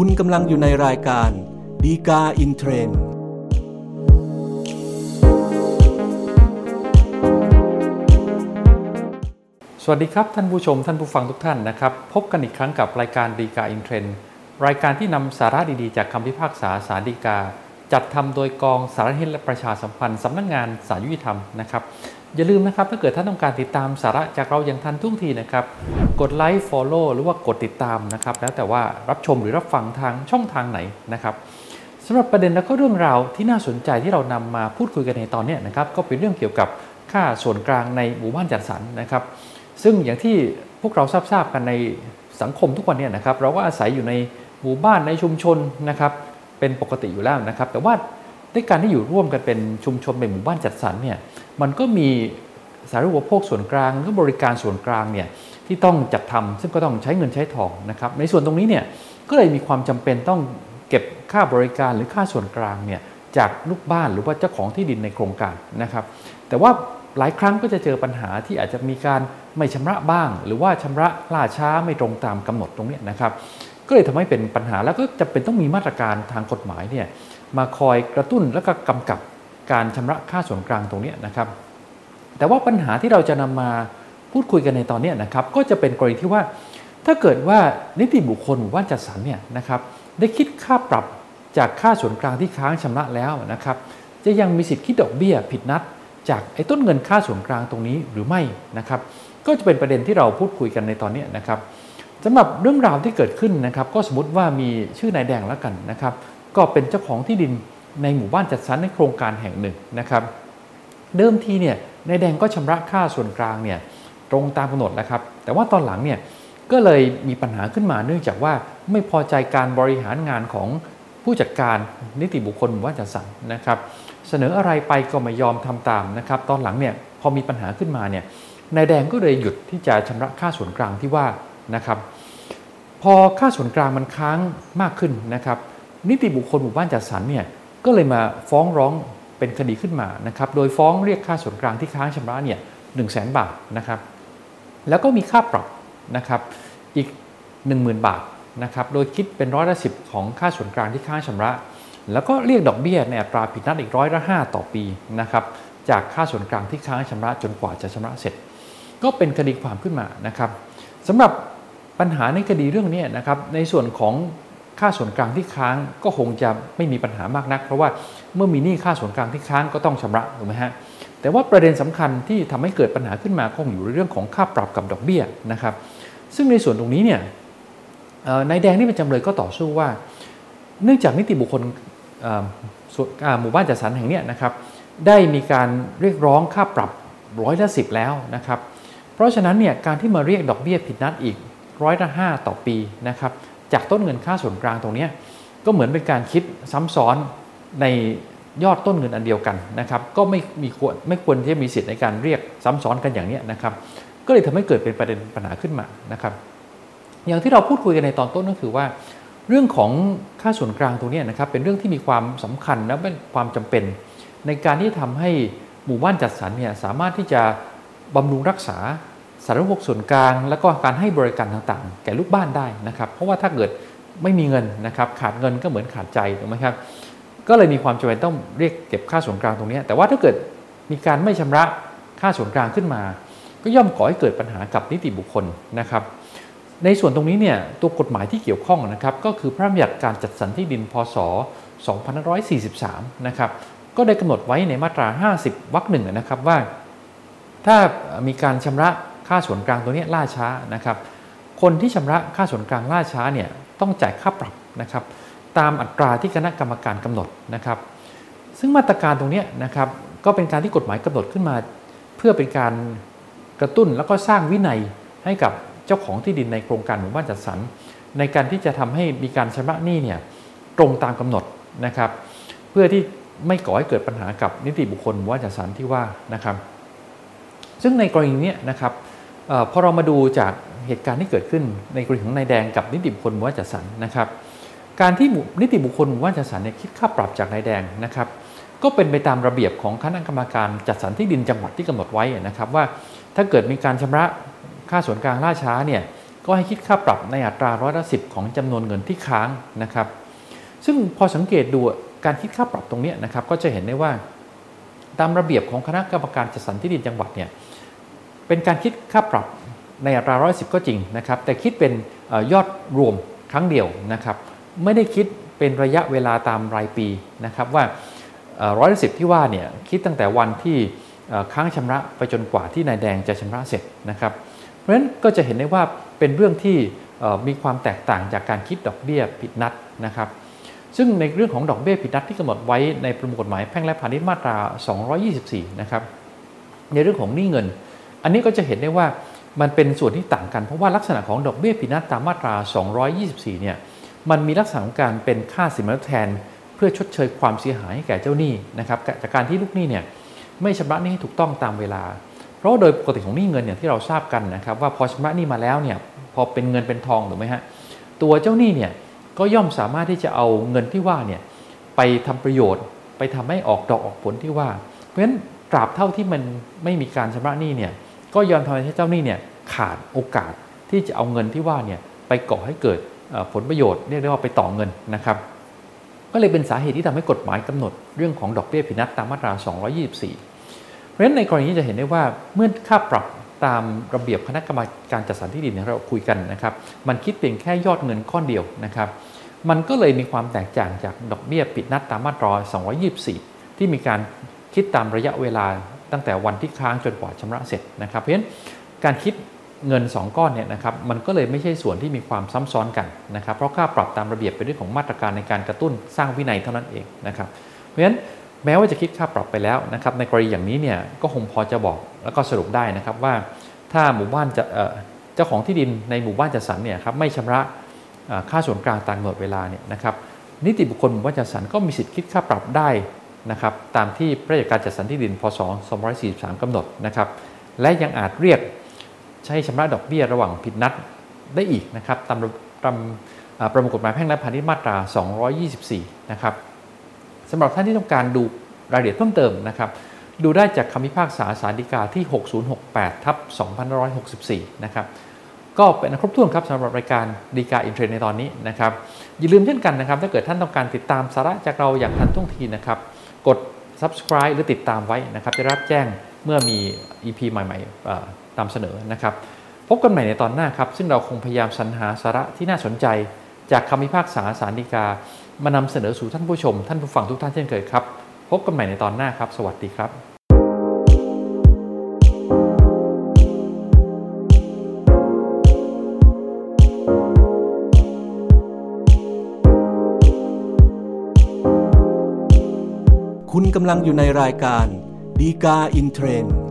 คุณกำลังอยู่ในรายการดีกาอินเทรนด์สวัสดีครับท่านผู้ชมท่านผู้ฟังทุกท่านนะครับพบกันอีกครั้งกับรายการดีกาอินเทรนด์รายการที่นำสาระดีๆจากคำพิพากษาศาลฎีกาจัดทำโดยกองสารนิเทศและประชาสัมพันธ์สำนักงานศาลยุติธรรมนะครับอย่าลืมนะครับถ้าเกิดท่านต้องการติดตามสาระจากเราอย่างทันท่วงทีนะครับกดไลค์ Follow หรือว่ากดติดตามนะครับแล้วแต่ว่ารับชมหรือรับฟังทางช่องทางไหนนะครับสำหรับประเด็นและก็เรื่องราวที่น่าสนใจที่เรานำมาพูดคุยกันในตอนนี้นะครับก็เป็นเรื่องเกี่ยวกับค่าส่วนกลางในหมู่บ้านจัดสรรนะครับซึ่งอย่างที่พวกเราทราบกันในสังคมทุกวันนี้นะครับเราก็อาศัยอยู่ในหมู่บ้านในชุมชนนะครับเป็นปกติอยู่แล้วนะครับแต่ว่าด้วยการที่อยู่ร่วมกันเป็นชุมชนเป็นหมู่บ้านจัดสรรเนี่ยมันก็มีสาธารณูปโภคส่วนกลางและบริการส่วนกลางเนี่ยที่ต้องจัดทำซึ่งก็ต้องใช้เงินใช้ทองนะครับในส่วนตรงนี้เนี่ยก็เลยมีความจำเป็นต้องเก็บค่าบริการหรือค่าส่วนกลางเนี่ยจากลูกบ้านหรือว่าเจ้าของที่ดินในโครงการนะครับแต่ว่าหลายครั้งก็จะเจอปัญหาที่อาจจะมีการไม่ชำระบ้างหรือว่าชำระล่าช้าไม่ตรงตามกำหนดตรงนี้นะครับก็เลยทำให้เป็นปัญหาแล้วก็จะเป็นต้องมีมาตรการทางกฎหมายเนี่ยมาคอยกระตุ้นและก็กำกับการชำระค่าส่วนกลางตรงนี้นะครับแต่ว่าปัญหาที่เราจะนำมาพูดคุยกันในตอนนี้นะครับก็จะเป็นกรณีที่ว่าถ้าเกิดว่านิติบุคคลหมู่บ้านจัดสรรเนี่ยนะครับได้คิดค่าปรับจากค่าส่วนกลางที่ค้างชำระแล้วนะครับจะยังมีสิทธิ์คิดดอกเบี้ยผิดนัดจากไอ้ต้นเงินค่าส่วนกลางตรงนี้หรือไม่นะครับก็จะเป็นประเด็นที่เราพูดคุยกันในตอนนี้นะครับสำหรับเรื่องราวที่เกิดขึ้นนะครับก็สมมติว่ามีชื่อนายแดงแล้วกันนะครับก็เป็นเจ้าของที่ดินในหมู่บ้านจัดสรรในโครงการแห่งหนึ่งนะครับเดิมทีเนี่ยนายแดงก็ชำระค่าส่วนกลางเนี่ยตรงตามกำหนดแล้วครับแต่ว่าตอนหลังเนี่ยก็เลยมีปัญหาขึ้นมาเนื่องจากว่าไม่พอใจการบริหารงานของผู้จัดการนิติบุคคลหมู่บ้านจัดสรรนะครับเสนออะไรไปก็ไม่ยอมทำตามนะครับตอนหลังเนี่ยพอมีปัญหาขึ้นมาเนี่ยนายแดงก็เลยหยุดที่จะชำระค่าส่วนกลางที่ว่านะครับพอค่าส่วนกลางมันค้างมากขึ้นนะครับนิติบุคคลหมู่บ้านจัดสรรเนี่ยก็เลยมาฟ้องร้องเป็นคดีขึ้นมานะครับโดยฟ้องเรียกค่าส่วนกลางที่ค้างชำระเนี่ย 100,000 บาทนะครับแล้วก็มีค่าปรับนะครับอีก 10,000 บาทนะครับโดยคิดเป็น10%ของค่าส่วนกลางที่ค้างชำระแล้วก็เรียกดอกเบี้ยในอัตราผิดนัดอีก5%ต่อปีนะครับจากค่าส่วนกลางที่ค้างชำระจนกว่าจะชำระเสร็จก็เป็นคดีความขึ้นมานะครับสำหรับปัญหาในคดีเรื่องนี้นะครับในส่วนของค่าส่วนกลางที่ค้างก็คงจะไม่มีปัญหามากนักเพราะว่าเมื่อมีหนี้ค่าส่วนกลางที่ค้างก็ต้องชำระถูกไหมฮะแต่ว่าประเด็นสำคัญที่ทำให้เกิดปัญหาขึ้นมาก็อยู่ในเรื่องของค่าปรับกับดอกเบี้ยนะครับซึ่งในส่วนตรงนี้เนี่ยนายแดงที่เป็นจำเลยก็ต่อสู้ว่าเนื่องจากนิติบุคคลหมู่บ้านจัดสรรแห่งนี้นะครับได้มีการเรียกร้องค่าปรับ10%แล้วนะครับเพราะฉะนั้นเนี่ยการที่มาเรียกดอกเบี้ยผิดนัดอีก5%ต่อปีนะครับจากต้นเงินค่าส่วนกลางตรงนี้ก็เหมือนเป็นการคิดซ้ำซ้อนในยอดต้นเงินอันเดียวกันนะครับก็ไม่ควรที่จะมีสิทธิ์ในการเรียกซ้ำซ้อนกันอย่างนี้นะครับก็เลยทำให้เกิดเป็นประเด็นปัญหาขึ้นมานะครับอย่างที่เราพูดคุยกันในตอนต้นก็คือว่าเรื่องของค่าส่วนกลางตรงนี้นะครับเป็นเรื่องที่มีความสำคัญและเป็นความจำเป็นในการที่ทำให้หมู่บ้านจัดสรรเนี่ยสามารถที่จะบำรุงรักษาสาธารณูปโภคส่วนกลางแล้วก็การให้บริการต่างๆแก่ลูกบ้านได้นะครับเพราะว่าถ้าเกิดไม่มีเงินนะครับขาดเงินก็เหมือนขาดใจถูกไหมครับก็เลยมีความจำเป็นต้องเรียกเก็บค่าส่วนกลางตรงนี้แต่ว่าถ้าเกิดมีการไม่ชำระค่าส่วนกลางขึ้นมาก็ย่อมก่อให้เกิดปัญหากับนิติบุคคลนะครับในส่วนตรงนี้เนี่ยตัวกฎหมายที่เกี่ยวข้องนะครับก็คือพระราชบัญญัติการจัดสรรที่ดินพ.ศ. 2543นะครับก็ได้กำหนดไว้ในมาตรา50 วรรค 1นะครับว่าถ้ามีการชำระค่าส่วนกลางตัวนี้ล่าช้านะครับคนที่ชำระค่าส่วนกลางล่าช้าเนี่ยต้องจ่ายค่าปรับนะครับตามอัตราที่คณะกรรมการกำหนดนะครับซึ่งมาตรการตรงนี้นะครับก็เป็นการที่กฎหมายกำหนดขึ้นมาเพื่อเป็นการกระตุ้นแล้วก็สร้างวินัยให้กับเจ้าของที่ดินในโครงการหมู่บ้านจัดสรรในการที่จะทำให้มีการชำระหนี้เนี่ยตรงตามกำหนดนะครับเพื่อที่ไม่ก่อให้เกิดปัญหากับนิติบุคคลหมู่บ้านจัดสรรที่ว่านะครับซึ่งในกรณีนี้นะครับพอเรามาดูจากเหตุการณ์ที่เกิดขึ้นในกรณีของนายแดงกับนิติบุคคลหมู่บ้านจัดสรรนะครับการที่นิติบุคคลหมู่บ้านจัดสรรเนี่ยคิดค่าปรับจากนายแดงนะครับก็เป็นไปตามระเบียบของคณะกรรมการจัดสรรที่ดินจังหวัดที่กำหนดไว้นะครับว่าถ้าเกิดมีการชำระค่าส่วนกลางล่าช้าเนี่ยก็ให้คิดค่าปรับในอัตรา10%ของจำนวนเงินที่ค้างนะครับซึ่งพอสังเกตดูการคิดค่าปรับตรงนี้นะครับก็จะเห็นได้ว่าตามระเบียบของคณะกรรมการจัดสรรที่ดินจังหวัดเนี่ยเป็นการคิดค่าปรับในอัตรา10%ก็จริงนะครับแต่คิดเป็นยอดรวมครั้งเดียวนะครับไม่ได้คิดเป็นระยะเวลาตามรายปีนะครับว่า10%ที่ว่าเนี่ยคิดตั้งแต่วันที่ค้างชำระไปจนกว่าที่นายแดงจะชำระเสร็จนะครับเพราะฉะนั้นก็จะเห็นได้ว่าเป็นเรื่องที่มีความแตกต่างจากการคิดดอกเบี้ยผิดนัดนะครับซึ่งในเรื่องของดอกเบี้ยผิดนัดที่กำหนดไว้ในประมวลกฎหมายแพ่งและพาณิชย์มาตรา224นะครับในเรื่องของหนี้เงินอันนี้ก็จะเห็นได้ว่ามันเป็นส่วนที่ต่างกันเพราะว่าลักษณะของดอกเบี้ยผิดนัดตามมาตรา224เนี่ยมันมีลักษณะของการเป็นค่าสินไหมทดแทนเพื่อชดเชยความเสียหายให้แก่เจ้าหนี้นะครับจากการที่ลูกหนี้เนี่ยไม่ชำระหนี้ให้ถูกต้องตามเวลาเพราะโดยปกติของหนี้เงินเนี่ยที่เราทราบกันนะครับว่าพอชำระหนี้มาแล้วเนี่ยพอเป็นเงินเป็นทองถูกไหมฮะตัวเจ้าหนี้เนี่ยก็ย่อมสามารถที่จะเอาเงินที่ว่าเนี่ยไปทำประโยชน์ไปทำให้ออกดอกออกผลที่ว่าเพราะฉะนั้นตราบเท่าที่มันไม่มีการชำระหนี้เนี่ยก็ยอมทำให้เจ้าหนี้เนี่ยขาดโอกาสที่จะเอาเงินที่ว่าเนี่ยไปก่อให้เกิดผลประโยชน์เรียกได้ว่าไปต่อเงินนะครับก็เลยเป็นสาเหตุที่ทำให้กฎหมายกำหนดเรื่องของดอกเบี้ยผิดนัดตามมาตรา224เพราะฉะนั้นในกรณีนี้จะเห็นได้ว่าเมื่อค่าปรับตามระเบียบคณะกรรมการจัดสรรที่ดินเราคุยกันนะครับมันคิดเพียงแค่ยอดเงินก้อนเดียวนะครับมันก็เลยมีความแตกต่างจากดอกเบี้ยผิดนัดตามมาตรา224ที่มีการคิดตามระยะเวลาตั้งแต่วันที่ค้างจนกว่าชำระเสร็จนะครับเพราะฉะนั้นการคิดเงิน2ก้อนเนี่ยนะครับมันก็เลยไม่ใช่ส่วนที่มีความซ้ำซ้อนกันนะครับเพราะค่าปรับตามระเบียบเป็นเรื่องของมาตรการในการกระตุ้นสร้างวินัยเท่านั้นเองนะครับเพราะฉะนั้นแม้ว่าจะคิดค่าปรับไปแล้วนะครับในกรณีอย่างนี้เนี่ยก็คงพอจะบอกแล้วก็สรุปได้นะครับว่าถ้าหมู่บ้านจะเจ้าของที่ดินในหมู่บ้านจัดสรรเนี่ยครับไม่ชำระค่าส่วนกลางตามกำหนดเวลาเนี่ยนะครับนิติบุคคลหมู่บ้านจัดสรรก็มีสิทธิ์คิดค่าปรับได้นะครับตามที่พระราชบัญญัติการจัดสรรที่ดินพ.ศ. 2543กำหนดนะครับและยังอาจเรียกใช้ชำระดอกเบี้ยระหว่างผิดนัดได้อีกนะครับตามประมวลกฎหมายแพ่งและพาณิชย์มาตรา224นะครับสำหรับท่านที่ต้องการดูรายละเอียดเพิ่มเติมนะครับดูได้จากคำพิพากษาศาลฎีกาที่6068/2564นะครับก็เป็นครบถ้วนครับสำหรับรายการฎีกาอินเทรนด์ในตอนนี้นะครับอย่าลืมเช่นกันนะครับถ้าเกิดท่านต้องการติดตามสาระจากเราอย่างทันท่วงทีนะครับกด subscribe หรือติดตามไว้นะครับจะรับแจ้งเมื่อมี EP ใหม่ๆนำเสนอนะครับพบกันใหม่ในตอนหน้าครับซึ่งเราคงพยายามสรรหาสาระที่น่าสนใจจากคำพิพากษาศาลฎีกามานำเสนอสู่ท่านผู้ชมท่านผู้ฟังทุกท่านเช่นเคยครับพบกันใหม่ในตอนหน้าครับสวัสดีครับคุณกำลังอยู่ในรายการฎีกาอินเทรนด์